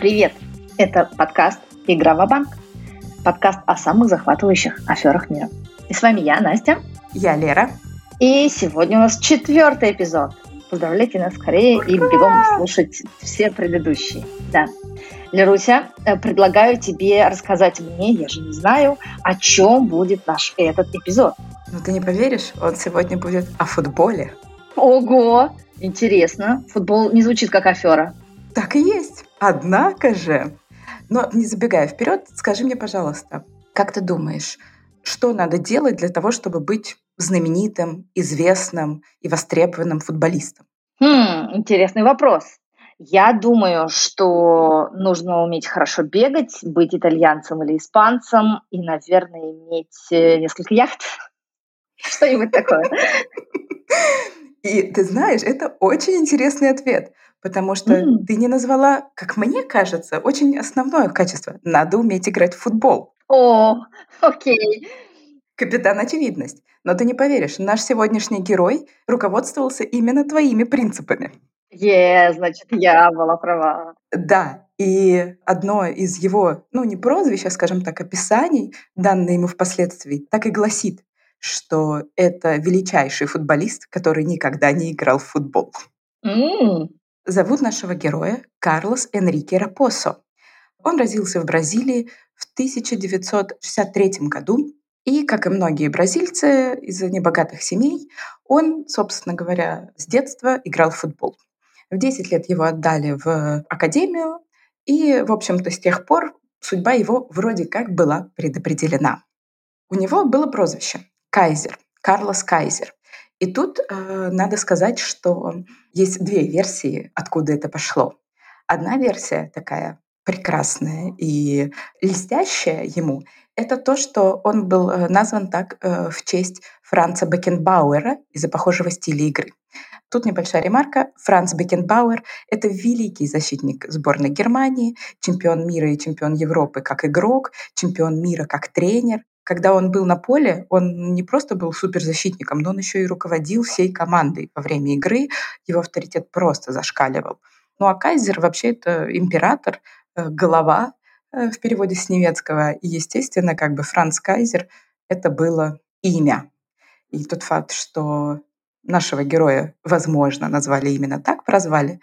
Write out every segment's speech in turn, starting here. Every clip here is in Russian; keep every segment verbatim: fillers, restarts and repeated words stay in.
Привет! Это подкаст «Игра ва-банк». Подкаст о самых захватывающих аферах мира. И с вами я, Настя. Я Лера. И сегодня у нас четвертый эпизод. Поздравляйте нас скорее и бегом слушать все предыдущие. Да. Леруся, предлагаю тебе рассказать мне, я же не знаю, о чем будет наш этот эпизод. Ну ты не поверишь, он сегодня будет о футболе. Ого! Интересно. Футбол не звучит как афера. Так и есть. Однако же... Но не забегая вперед, скажи мне, пожалуйста, как ты думаешь, что надо делать для того, чтобы быть знаменитым, известным и востребованным футболистом? Хм, интересный вопрос. Я думаю, что нужно уметь хорошо бегать, быть итальянцем или испанцем и, наверное, иметь несколько яхт. Что-нибудь такое. И ты знаешь, это очень интересный ответ, потому что Mm. ты не назвала, как мне кажется, очень основное качество. Надо уметь играть в футбол. О, окей. Капитан Очевидность. Но ты не поверишь, наш сегодняшний герой руководствовался именно твоими принципами. Е, значит, я была права. Да, и одно из его, ну не прозвищ, а, скажем так, описаний, данное ему впоследствии, так и гласит, что это величайший футболист, который никогда не играл в футбол. Mm. Зовут нашего героя Карлос Энрике Рапоссо. Он родился в Бразилии в тысяча девятьсот шестьдесят третьем году, и, как и многие бразильцы из небогатых семей, он, собственно говоря, с детства играл в футбол. В десять лет его отдали в академию, и, в общем-то, с тех пор судьба его вроде как была предопределена. У него было прозвище Кайзер, Карлос Кайзер. И тут э, надо сказать, что есть две версии, откуда это пошло. Одна версия такая прекрасная и льстящая ему, это то, что он был назван так э, в честь Франца Бекенбауэра из-за похожего стиля игры. Тут небольшая ремарка. Франц Бекенбауэр — это великий защитник сборной Германии, чемпион мира и чемпион Европы как игрок, чемпион мира как тренер. Когда он был на поле, он не просто был суперзащитником, но он еще и руководил всей командой во время игры. Его авторитет просто зашкаливал. Ну а Кайзер вообще это император, голова в переводе с немецкого. И, естественно, как бы Франц Кайзер — это было имя. И тот факт, что нашего героя, возможно, назвали именно так, прозвали,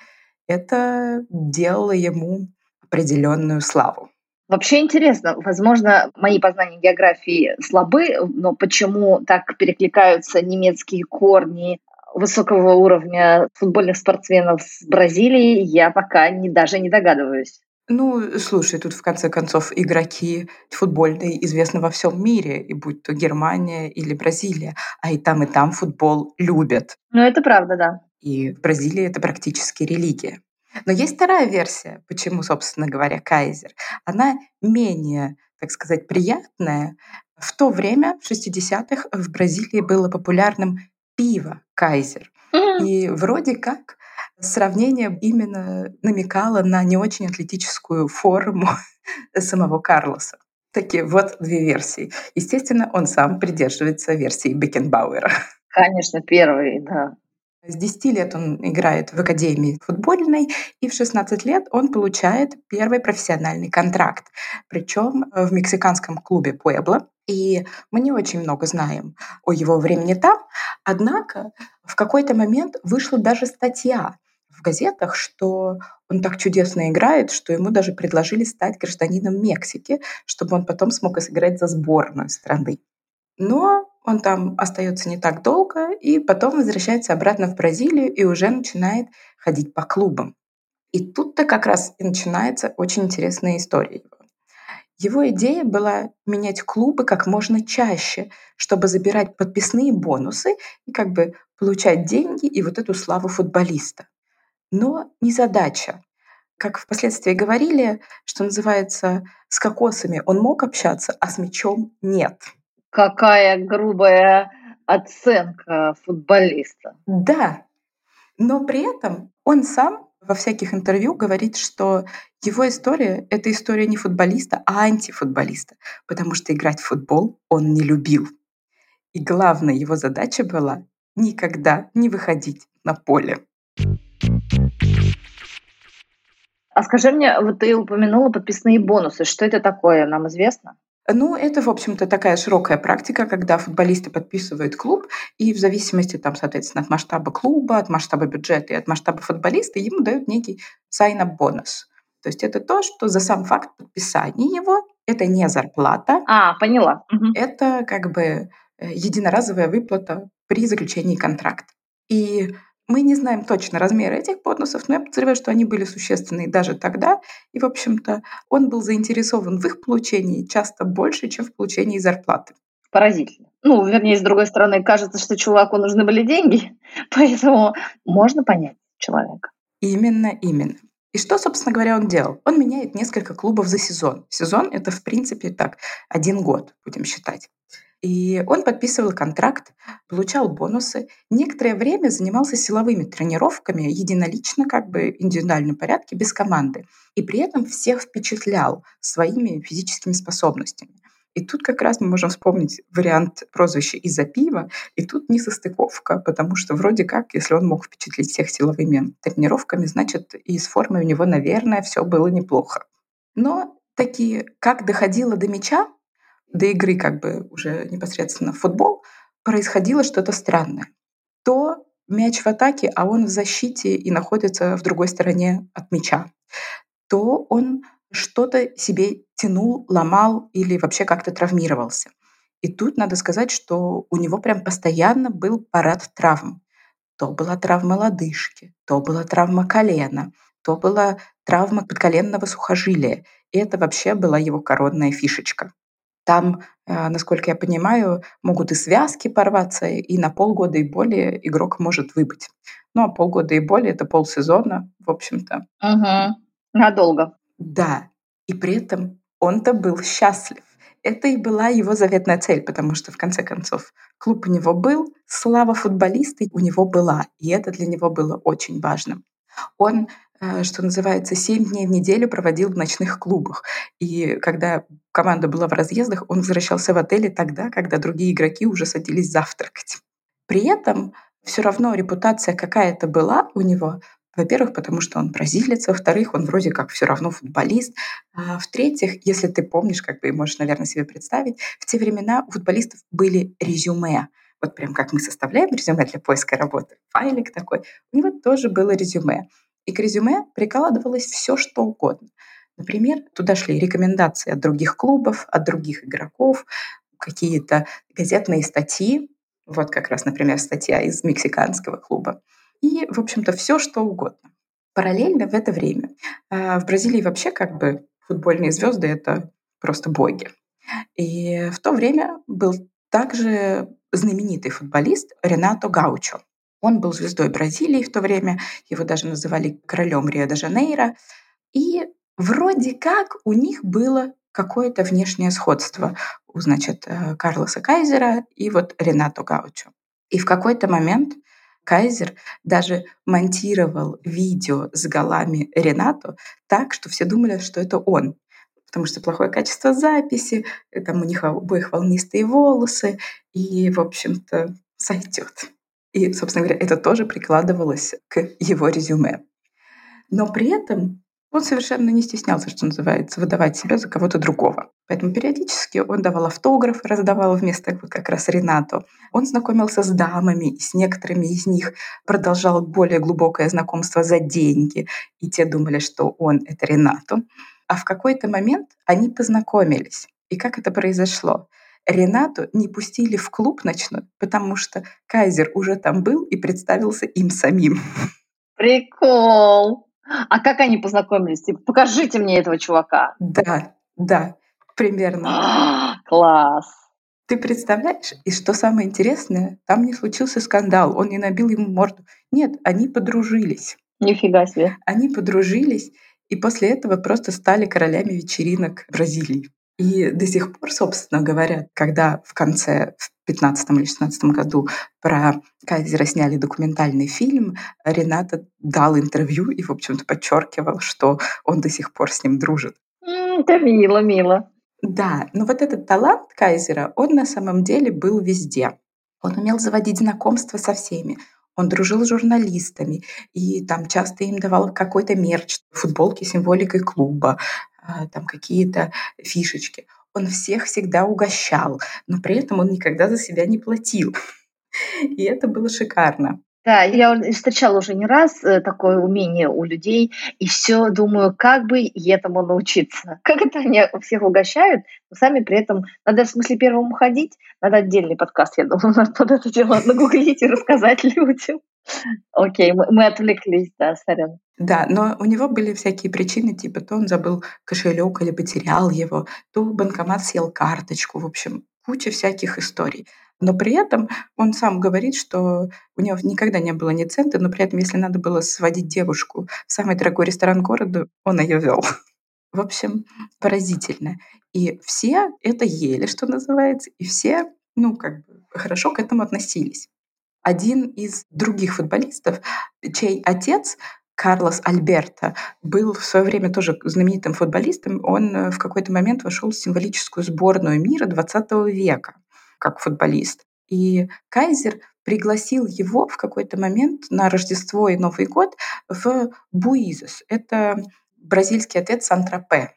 это делало ему определенную славу. Вообще интересно. Возможно, мои познания географии слабы, но почему так перекликаются немецкие корни высокого уровня футбольных спортсменов с Бразилии, я пока не, даже не догадываюсь. Ну, слушай, тут в конце концов игроки футбольные известны во всем мире, и будь то Германия или Бразилия, а и там, и там футбол любят. Ну, это правда, да. И в Бразилии это практически религия. Но есть вторая версия, почему, собственно говоря, Кайзер. Она менее, так сказать, приятная. В то время, в шестидесятых, в Бразилии было популярным пиво Кайзер. И вроде как сравнение именно намекало на не очень атлетическую форму самого Карлоса. Такие вот две версии. Естественно, он сам придерживается версии Бекенбауэра. Конечно, первый, да. С десяти лет он играет в академии футбольной, и в шестнадцать лет он получает первый профессиональный контракт, причем в мексиканском клубе Пуэбло. И мы не очень много знаем о его времени там, однако в какой-то момент вышла даже статья в газетах, что он так чудесно играет, что ему даже предложили стать гражданином Мексики, чтобы он потом смог сыграть за сборную страны. Но он там остается не так долго, и потом возвращается обратно в Бразилию и уже начинает ходить по клубам. И тут-то как раз и начинается очень интересная история его. Его идея была менять клубы как можно чаще, чтобы забирать подписные бонусы и как бы получать деньги и вот эту славу футболиста. Но незадача. Как впоследствии говорили, что называется, с кокосами он мог общаться, а с мячом нет. Какая грубая оценка футболиста. Да, но при этом он сам во всяких интервью говорит, что его история — это история не футболиста, а антифутболиста, потому что играть в футбол он не любил. И главная его задача была никогда не выходить на поле. А скажи мне, вот ты упомянула подписные бонусы. Что это такое, нам известно? Ну, это, в общем-то, такая широкая практика, когда футболисты подписывают клуб, и в зависимости, там, соответственно, от масштаба клуба, от масштаба бюджета и от масштаба футболиста ему дают некий sign-up бонус. То есть это то, что за сам факт подписания его, это не зарплата, А, поняла. Мгм. это как бы э, единоразовая выплата при заключении контракта. И мы не знаем точно размер этих бонусов, но я подозреваю, что они были существенные даже тогда. И, в общем-то, он был заинтересован в их получении часто больше, чем в получении зарплаты. Поразительно. Ну, вернее, с другой стороны, кажется, что чуваку нужны были деньги, поэтому можно понять человека. Именно, именно. И что, собственно говоря, он делал? Он меняет несколько клубов за сезон. Сезон — это, в принципе, так, один год, будем считать. И он подписывал контракт, получал бонусы. Некоторое время занимался силовыми тренировками единолично, как бы в индивидуальном порядке, без команды. И при этом всех впечатлял своими физическими способностями. И тут как раз мы можем вспомнить вариант прозвища «из-за пива», и тут несостыковка, потому что вроде как, если он мог впечатлить всех силовыми тренировками, значит, и с формой у него, наверное, все было неплохо. Но таки, как доходило до мяча, до игры как бы уже непосредственно в футбол, происходило что-то странное. То мяч в атаке, а он в защите и находится в другой стороне от мяча. То он что-то себе тянул, ломал или вообще как-то травмировался. И тут надо сказать, что у него прям постоянно был парад травм. То была травма лодыжки, то была травма колена, то была травма подколенного сухожилия. И это вообще была его коронная фишечка. Там, э, насколько я понимаю, могут и связки порваться, и на полгода и более игрок может выбыть. Ну, а полгода и более — это полсезона, в общем-то. Угу. Надолго. Да, и при этом он-то был счастлив. Это и была его заветная цель, потому что, в конце концов, клуб у него был, слава футболиста у него была, и это для него было очень важным. Он, э, что называется, семь дней в неделю проводил в ночных клубах. И когда команда была в разъездах, он возвращался в отеле тогда, когда другие игроки уже садились завтракать. При этом все равно репутация какая-то была у него. Во-первых, потому что он бразилец, во-вторых, он вроде как все равно футболист. А в-третьих, если ты помнишь, как бы и можешь, наверное, себе представить, в те времена у футболистов были резюме. Вот прям как мы составляем резюме для поиска работы, файлик такой, у него тоже было резюме. И к резюме прикладывалось все, что угодно. Например, туда шли рекомендации от других клубов, от других игроков, какие-то газетные статьи. Вот как раз, например, статья из мексиканского клуба. И, в общем-то, все, что угодно. Параллельно в это время э, в Бразилии вообще как бы футбольные звезды — это просто боги. И в то время был также знаменитый футболист Ренато Гаучо. Он был звездой Бразилии в то время, его даже называли королем Рио-де-Жанейро. И вроде как у них было какое-то внешнее сходство у, значит, э, Карлоса Кайзера и вот Ренато Гаучо. И в какой-то момент Кайзер даже монтировал видео с голами Ренато так, что все думали, что это он. Потому что плохое качество записи, э, там у них обоих волнистые волосы, и, в общем-то, сойдет. И, собственно говоря, это тоже прикладывалось к его резюме. Но при этом он совершенно не стеснялся, что называется, выдавать себя за кого-то другого. Поэтому периодически он давал автограф, раздавал вместо вот как раз Ренато. Он знакомился с дамами, и с некоторыми из них продолжал более глубокое знакомство за деньги. И те думали, что он — это Ренато. А в какой-то момент они познакомились. И как это произошло? Ренату не пустили в клуб ночной, потому что Кайзер уже там был и представился им самим. Прикол. А как они познакомились? Типа, покажите мне этого чувака. Да, да, примерно. А, класс. Ты представляешь? И что самое интересное, там не случился скандал, он не набил ему морду. Нет, они подружились. Нифига себе. Они подружились, и после этого просто стали королями вечеринок Бразилии. И до сих пор, собственно говоря, когда в конце, в пятнадцатом или шестнадцатом году про Кайзера сняли документальный фильм, Ренато дал интервью и, в общем-то, подчеркивал, что он до сих пор с ним дружит. М, Это мило, мило. Да, но вот этот талант Кайзера, он на самом деле был везде. Он умел заводить знакомства со всеми. Он дружил с журналистами и там часто им давал какой-то мерч, футболки с символикой клуба, а, там какие-то фишечки. Он всех всегда угощал, но при этом он никогда за себя не платил. И это было шикарно. Да, я у встречала уже не раз, э, такое умение у людей, и все думаю, как бы и этому научиться. Как это они всех угощают, но сами при этом надо, в смысле, первым ходить? Надо отдельный подкаст, я думаю, надо под это дело нагуглить и рассказать людям. Окей, мы мы отвлеклись, да, сорян. Да, но у него были всякие причины, типа то он забыл кошелек или потерял его, то банкомат съел карточку. В общем, куча всяких историй. Но при этом он сам говорит, что у него никогда не было ни цента, но при этом, если надо было сводить девушку в самый дорогой ресторан города, он ее вел. В общем, поразительно. И все это ели, что называется, и все, ну, как бы хорошо к этому относились. Один из других футболистов, чей отец, Карлос Альберто, был в свое время тоже знаменитым футболистом. Он э, в какой-то момент вошел в символическую сборную мира двадцатого века как футболист. И Кайзер пригласил его в какой-то момент на Рождество и Новый год в Буизос. Это бразильский отель Сан-Тропе.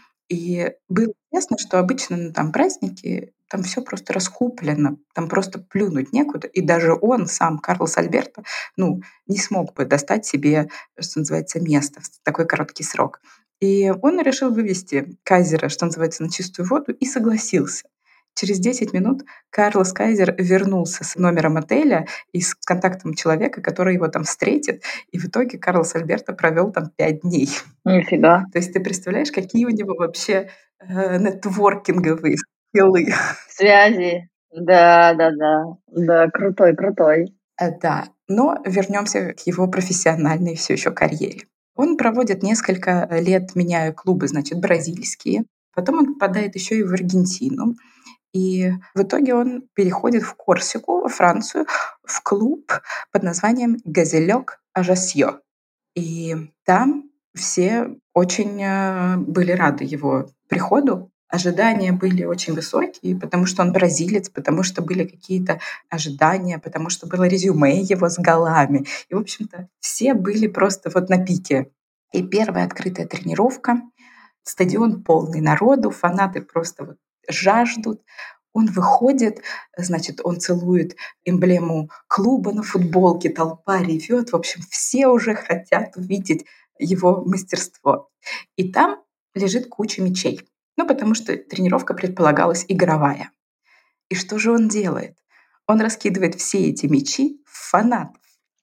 И было ясно, что обычно на там праздники, там все просто раскуплено, там просто плюнуть некуда. И даже он сам, Карлос Альберто, ну, не смог бы достать себе, что называется, место в такой короткий срок. И он решил вывести Кайзера, что называется, на чистую воду и согласился. Через десять минут Карлос Кайзер вернулся с номером отеля и с контактом человека, который его там встретит. И в итоге Карлос Альберто провел там пять дней. Нифига. То есть ты представляешь, какие у него вообще, э, нетворкинговые скиллы. Связи. Да-да-да. Да, крутой, крутой. Э, да, но вернемся к его профессиональной все еще карьере. Он проводит несколько лет, меняя клубы, значит, бразильские. Потом он попадает еще и в Аргентину. И в итоге он переходит в Корсику, во Францию, в клуб под названием «Газелек Ажасье». И там все очень, э, были рады его приходу. Ожидания были очень высокие, потому что он бразилец, потому что были какие-то ожидания, потому что было резюме его с голами. И, в общем-то, все были просто вот на пике. И первая открытая тренировка, стадион полный народу, фанаты просто вот жаждут. Он выходит, значит, он целует эмблему клуба на футболке, толпа ревет. В общем, все уже хотят увидеть его мастерство. И там лежит куча мячей. Ну, потому что тренировка предполагалась игровая. И что же он делает? Он раскидывает все эти мячи в фанатов.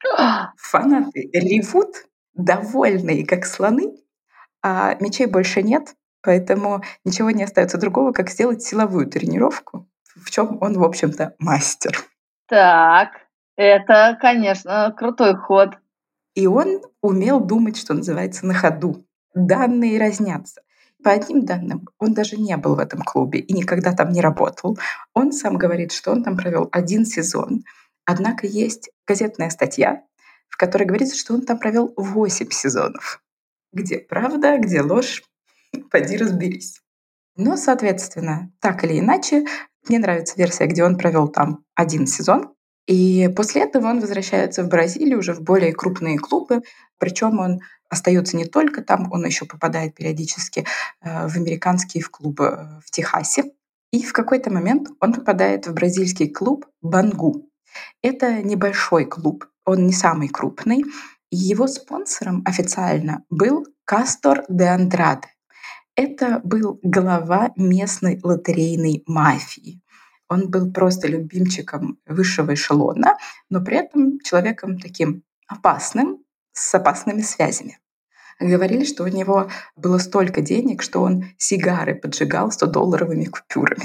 Фанаты ревут, довольные, как слоны, а мячей больше нет, поэтому ничего не остается другого, как сделать силовую тренировку, в чем он, в общем-то, мастер. Так, это, конечно, крутой ход. И он умел думать, что называется, на ходу. Данные разнятся. По одним данным, он даже не был в этом клубе и никогда там не работал. Он сам говорит, что он там провел один сезон. Однако есть газетная статья, в которой говорится, что он там провел восемь сезонов. Где правда, где ложь, поди разберись. Но, соответственно, так или иначе, мне нравится версия, где он провел там один сезон. И после этого он возвращается в Бразилию уже в более крупные клубы. Причем он остается не только там, он еще попадает периодически э, в американские в клубы э, в Техасе. И в какой-то момент он попадает в бразильский клуб «Бангу». Это небольшой клуб, он не самый крупный. И его спонсором официально был Кастор де Андраде. Это был глава местной лотерейной мафии. Он был просто любимчиком высшего эшелона, но при этом человеком таким опасным, с опасными связями. Говорили, что у него было столько денег, что он сигары поджигал сто-долларовыми купюрами.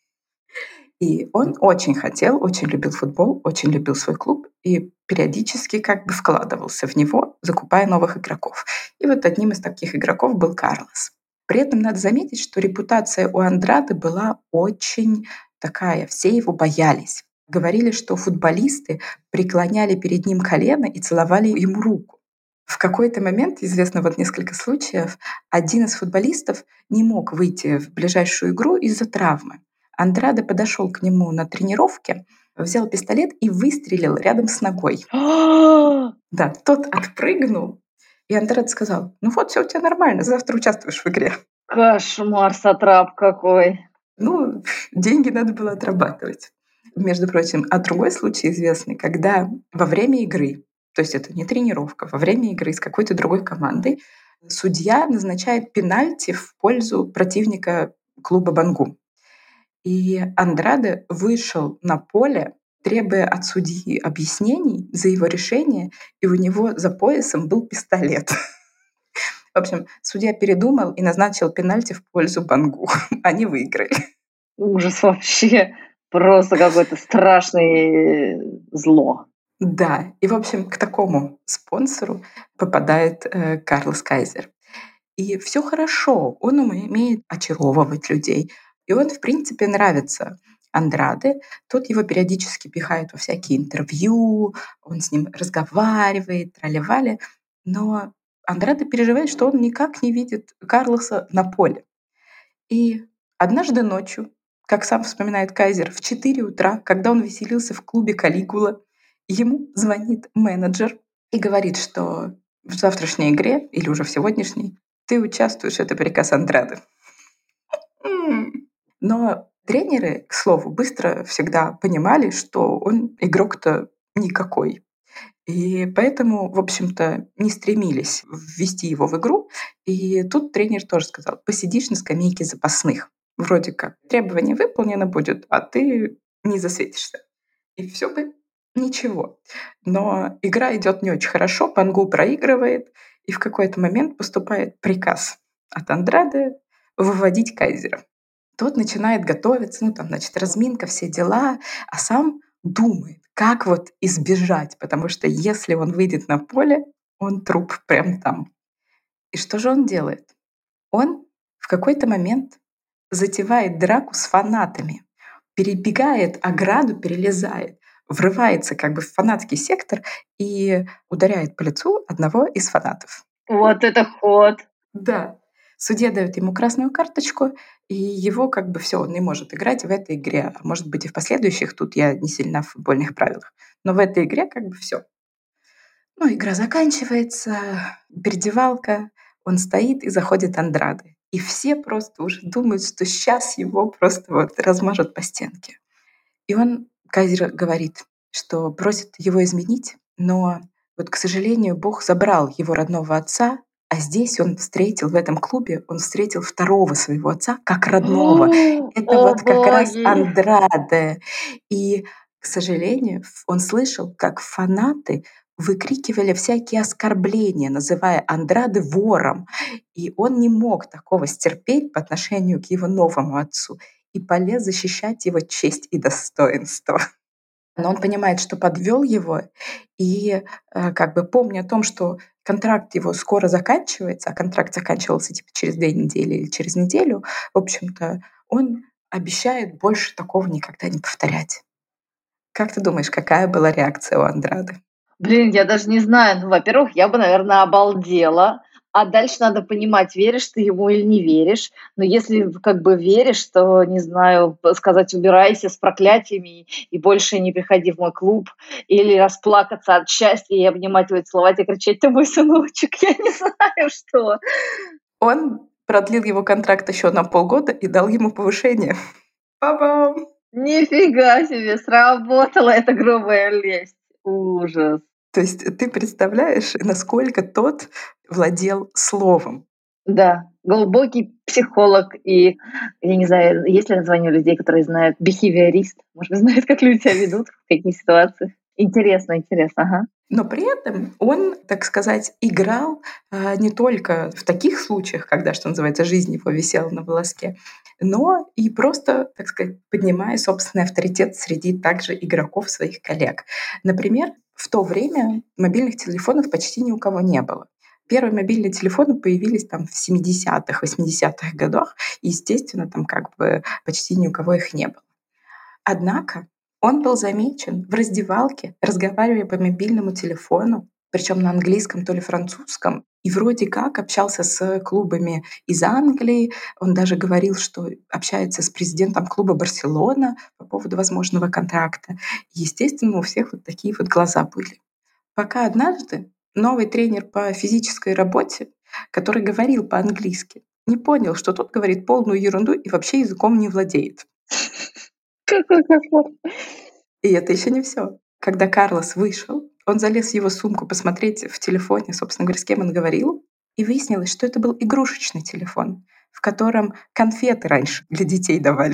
И он очень хотел, очень любил футбол, очень любил свой клуб и периодически как бы вкладывался в него, закупая новых игроков. И вот одним из таких игроков был Карлос. При этом надо заметить, что репутация у Андрады была очень такая, все его боялись. Говорили, что футболисты преклоняли перед ним колено и целовали ему руку. В какой-то момент, известно вот несколько случаев, один из футболистов не мог выйти в ближайшую игру из-за травмы. Андраде подошел к нему на тренировке, взял пистолет и выстрелил рядом с ногой. Да, тот отпрыгнул, и Андраде сказал: ну вот, все у тебя нормально, завтра участвуешь в игре. Кошмар, сатрап какой. Ну, деньги надо было отрабатывать. Между прочим, а другой случай известный, когда во время игры, то есть это не тренировка, во время игры с какой-то другой командой судья назначает пенальти в пользу противника клуба «Бангу». И Андраде вышел на поле, требуя от судьи объяснений за его решение, и у него за поясом был пистолет. В общем, судья передумал и назначил пенальти в пользу «Бангу». Они выиграли. Ужас вообще. Просто какое-то страшное зло. Да, и, в общем, к такому спонсору попадает э, Карлос Кайзер. И все хорошо, он умеет очаровывать людей. И он, в принципе, нравится Андраде. Тот его периодически пихает во всякие интервью, он с ним разговаривает, тролливали. Но Андраде переживает, что он никак не видит Карлоса на поле. И однажды ночью, как сам вспоминает Кайзер, в четыре утра, когда он веселился в клубе «Калигула», ему звонит менеджер и говорит, что в завтрашней игре, или уже в сегодняшней, ты участвуешь, это приказ Андраде. Но тренеры, к слову, быстро всегда понимали, что он игрок-то никакой. И поэтому, в общем-то, не стремились ввести его в игру. И тут тренер тоже сказал: посидишь на скамейке запасных. Вроде как требование выполнено будет, а ты не засветишься. И все бы ничего. Но игра идет не очень хорошо, Бангу проигрывает, и в какой-то момент поступает приказ от Андраде выводить Кайзера. Тот начинает готовиться, ну там, значит, разминка, все дела, а сам думает, как вот избежать, потому что если он выйдет на поле, он труп прям там. И что же он делает? Он в какой-то момент затевает драку с фанатами, перебегает ограду, перелезает, врывается как бы в фанатский сектор и ударяет по лицу одного из фанатов. Вот это ход. Да. Судья дает ему красную карточку, и его как бы все, он не может играть в этой игре. А может быть и в последующих, тут я не сильна в футбольных правилах. Но в этой игре как бы все. Ну, игра заканчивается, переодевалка, он стоит и заходит Андраде. И все просто уже думают, что сейчас его просто вот размажут по стенке. И он, Кайзер, говорит, что просит его изменить, но вот, к сожалению, Бог забрал его родного отца, а здесь он встретил, в этом клубе, он встретил второго своего отца как родного. Это О, вот как раз боги! Андраде. И, к сожалению, он слышал, как фанаты выкрикивали всякие оскорбления, называя Андраде вором. И он не мог такого стерпеть по отношению к его новому отцу и полез защищать его честь и достоинство. Но он понимает, что подвел его, и э, как бы помня о том, что контракт его скоро заканчивается, а контракт заканчивался типа через две недели или через неделю, в общем-то, он обещает больше такого никогда не повторять. Как ты думаешь, какая была реакция у Андраде? Блин, я даже не знаю. Ну, во-первых, я бы, наверное, обалдела. А дальше надо понимать, веришь ты ему или не веришь. Но если как бы веришь, то, не знаю, сказать убирайся с проклятиями и больше не приходи в мой клуб. Или расплакаться от счастья и обнимать его, целовать и кричать: ты мой сыночек. Я не знаю, что. Он продлил его контракт еще на полгода и дал ему повышение. Па-бам! Нифига себе, сработала эта грубая лесть. Ужас. То есть ты представляешь, насколько тот владел словом. Да, глубокий психолог и, я не знаю, есть ли название у людей, которые знают, бихевиорист, может быть, знают, как люди себя ведут, в каких ситуациях. Интересно, интересно, ага. Но при этом он, так сказать, играл а, не только в таких случаях, когда, что называется, жизнь его висела на волоске, но и просто, так сказать, поднимая собственный авторитет среди также игроков своих коллег. Например, в то время мобильных телефонов почти ни у кого не было. Первые мобильные телефоны появились там в семидесятых, восьмидесятых годах, и, естественно, там как бы почти ни у кого их не было. Однако он был замечен в раздевалке, разговаривая по мобильному телефону, причем на английском, то ли французском, и вроде как общался с клубами из Англии. Он даже говорил, что общается с президентом клуба «Барселона» по поводу возможного контракта. Естественно, у всех вот такие вот глаза были. Пока однажды новый тренер по физической работе, который говорил по-английски, не понял, что тот говорит полную ерунду и вообще языком не владеет. Какой кошмар. И это еще не все. Когда Карлос вышел, он залез в его сумку посмотреть в телефоне, собственно говоря, с кем он говорил, и выяснилось, что это был игрушечный телефон, в котором конфеты раньше для детей давали.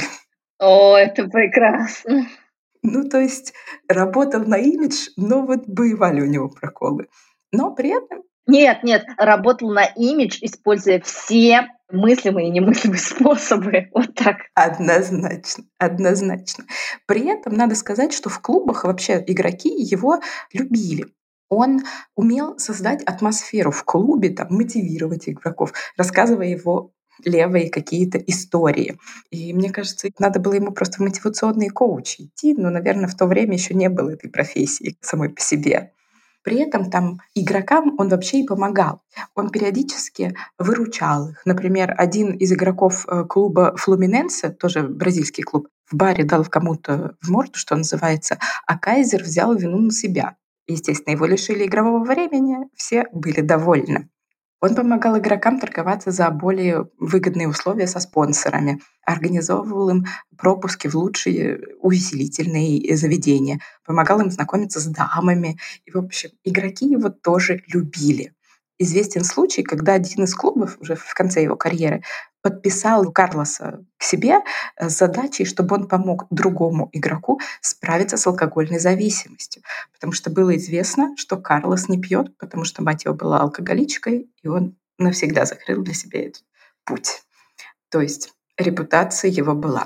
О, это прекрасно. Ну, то есть работал на имидж, но вот бывали у него проколы. Но при этом... Нет, нет, работал на имидж, используя все мыслимые и немыслимые способы. Вот так. Однозначно, однозначно. При этом надо сказать, что в клубах вообще игроки его любили. Он умел создать атмосферу в клубе, там, мотивировать игроков, рассказывая его левые какие-то истории. И мне кажется, надо было ему просто в мотивационные коучи идти, но, наверное, в то время еще не было этой профессии самой по себе. При этом там игрокам он вообще и помогал. Он периодически выручал их. Например, один из игроков клуба Флуминенсе, тоже бразильский клуб, в баре дал кому-то в морду, что называется, а Кайзер взял вину на себя. Естественно, его лишили игрового времени, все были довольны. Он помогал игрокам торговаться за более выгодные условия со спонсорами, организовывал им пропуски в лучшие увеселительные заведения, помогал им знакомиться с дамами. И, в общем, игроки его тоже любили. Известен случай, когда один из клубов уже в конце его карьеры подписал Карлоса к себе с задачей, чтобы он помог другому игроку справиться с алкогольной зависимостью. Потому что было известно, что Карлос не пьет, потому что мать его была алкоголичкой, и он навсегда закрыл для себя этот путь. То есть репутация его была.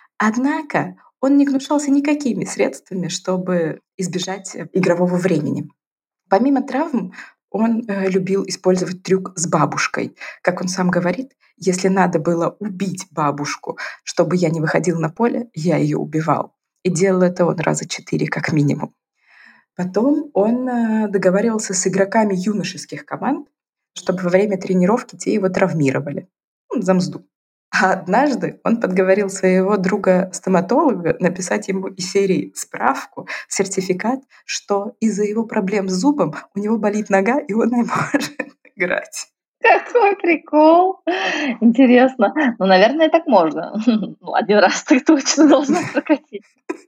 Однако он не гнушался никакими средствами, чтобы избежать игрового времени. Помимо травм, он э, любил использовать трюк с бабушкой. Как он сам говорит, если надо было убить бабушку, чтобы я не выходил на поле, я ее убивал. И делал это он раза четыре как минимум. Потом он э, договаривался с игроками юношеских команд, чтобы во время тренировки те его травмировали. Ну, за мзду. А однажды он подговорил своего друга-стоматолога написать ему из серии справку, сертификат, что из-за его проблем с зубом у него болит нога, и он не может играть. Какой прикол! Интересно. Ну, наверное, так можно. Ну, один раз так точно должно прокатить.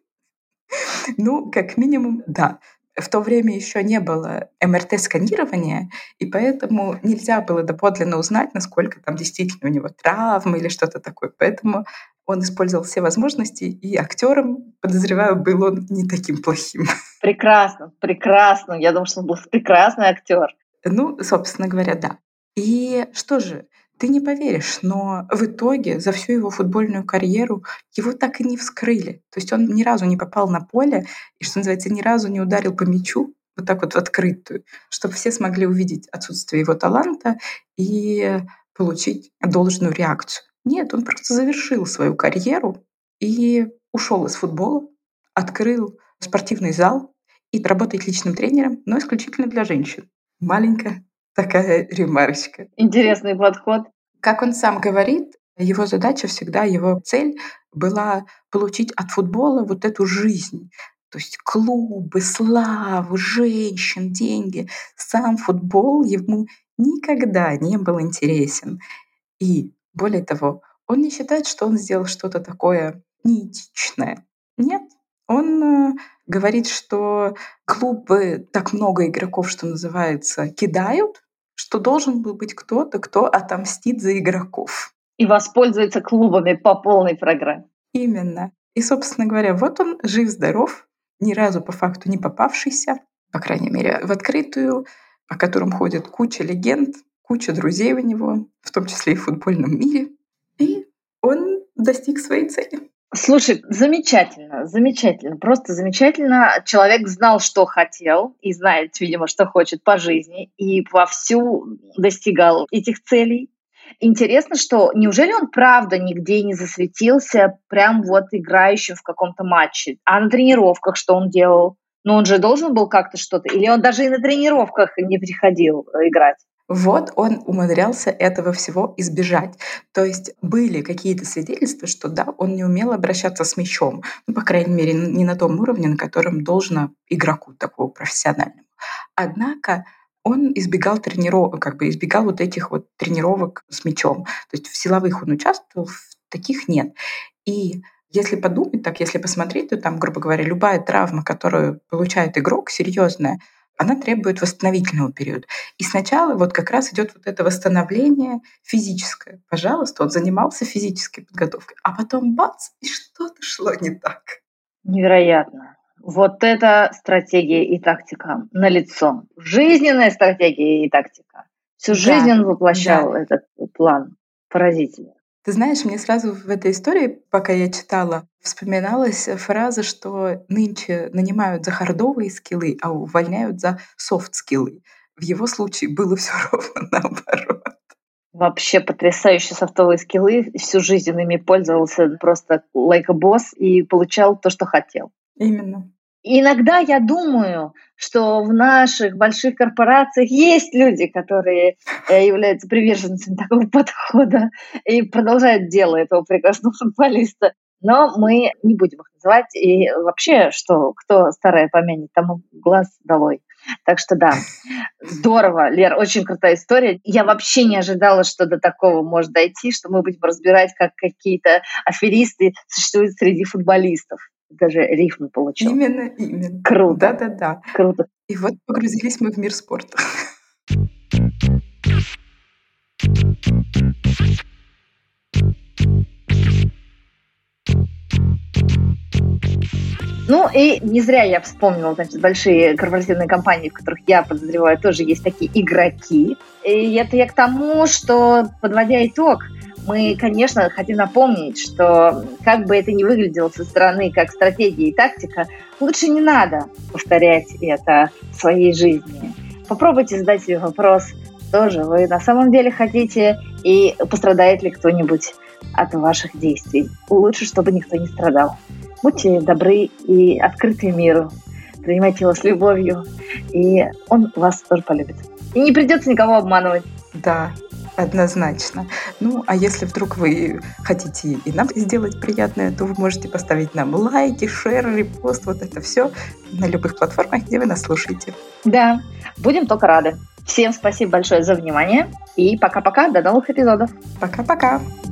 Ну, как минимум, да. В то время еще не было эм эр тэ-сканирования, и поэтому нельзя было доподлинно узнать, насколько там действительно у него травмы или что-то такое. Поэтому он использовал все возможности, и актером, подозреваю, был он не таким плохим. Прекрасно, прекрасно. Я думаю, что он был прекрасный актер. Ну, собственно говоря, да. И что же, ты не поверишь, но в итоге за всю его футбольную карьеру его так и не вскрыли. То есть он ни разу не попал на поле и, что называется, ни разу не ударил по мячу вот так вот в открытую, чтобы все смогли увидеть отсутствие его таланта и получить должную реакцию. Нет, он просто завершил свою карьеру и ушел из футбола, открыл спортивный зал и работает личным тренером, но исключительно для женщин. Маленькая такая ремарочка. Интересный подход. Как он сам говорит, его задача всегда, его цель была получить от футбола вот эту жизнь. То есть клубы, славу, женщин, деньги. Сам футбол ему никогда не был интересен. И более того, он не считает, что он сделал что-то такое неэтичное. Нет, он э, говорит, что клубы так много игроков, что называется, кидают, что должен был быть кто-то, кто отомстит за игроков. И воспользуется клубами по полной программе. Именно. И, собственно говоря, вот он жив-здоров, ни разу по факту не попавшийся, по крайней мере, в открытую, о котором ходит куча легенд, куча друзей у него, в том числе и в футбольном мире. И он достиг своей цели. Слушай, замечательно, замечательно, просто замечательно. Человек знал, что хотел, и знает, видимо, что хочет по жизни, и вовсю достигал этих целей. Интересно, что неужели он правда нигде не засветился прям вот играющим в каком-то матче? А на тренировках что он делал? Но он же должен был как-то что-то, или он даже и на тренировках не приходил играть? Вот он умудрялся этого всего избежать. То есть были какие-то свидетельства, что да, он не умел обращаться с мячом. Ну, по крайней мере, не на том уровне, на котором должно игроку такого профессиональному. Однако он избегал тренировок, как бы избегал вот этих вот тренировок с мячом. То есть в силовых он участвовал, в таких нет. И если подумать так, если посмотреть, то там, грубо говоря, любая травма, которую получает игрок, серьезная, она требует восстановительного периода. И сначала вот как раз идет вот это восстановление физическое. Пожалуйста, он занимался физической подготовкой, а потом бац, и что-то шло не так. Невероятно. Вот это стратегия и тактика налицо. Жизненная стратегия и тактика. Всю Да, жизнь он воплощал да. этот план. Поразительно. Ты знаешь, мне сразу в этой истории, пока я читала, вспоминалась фраза, что нынче нанимают за хардовые скиллы, а увольняют за софт-скиллы. В его случае было все ровно наоборот. Вообще потрясающие софтовые скиллы. Всю жизнь он ими пользовался просто like a boss и получал то, что хотел. Именно. Иногда я думаю, что в наших больших корпорациях есть люди, которые являются приверженцами такого подхода и продолжают дело этого прекрасного футболиста. Но мы не будем их называть. И вообще, что кто старое помянет, тому глаз долой. Так что да, здорово, Лер, очень крутая история. Я вообще не ожидала, что до такого может дойти, что мы будем разбирать, как какие-то аферисты существуют среди футболистов. Даже рифму получил. Именно, именно. Круто. Да-да-да. Круто. И вот погрузились мы в мир спорта. Ну и не зря я вспомнила, значит, большие корпоративные компании, в которых я подозреваю, тоже есть такие игроки. И это я к тому, что, подводя итог, мы, конечно, хотим напомнить, что как бы это ни выглядело со стороны как стратегия и тактика, лучше не надо повторять это в своей жизни. Попробуйте задать себе вопрос, что же вы на самом деле хотите и пострадает ли кто-нибудь от ваших действий. Лучше, чтобы никто не страдал. Будьте добры и открыты миру. Принимайте его с любовью, и он вас тоже полюбит. И не придется никого обманывать. Да, однозначно. Ну, а если вдруг вы хотите и нам сделать приятное, то вы можете поставить нам лайки, шер, репост, вот это все на любых платформах, где вы нас слушаете. Да, будем только рады. Всем спасибо большое за внимание. И пока-пока, до новых эпизодов. Пока-пока.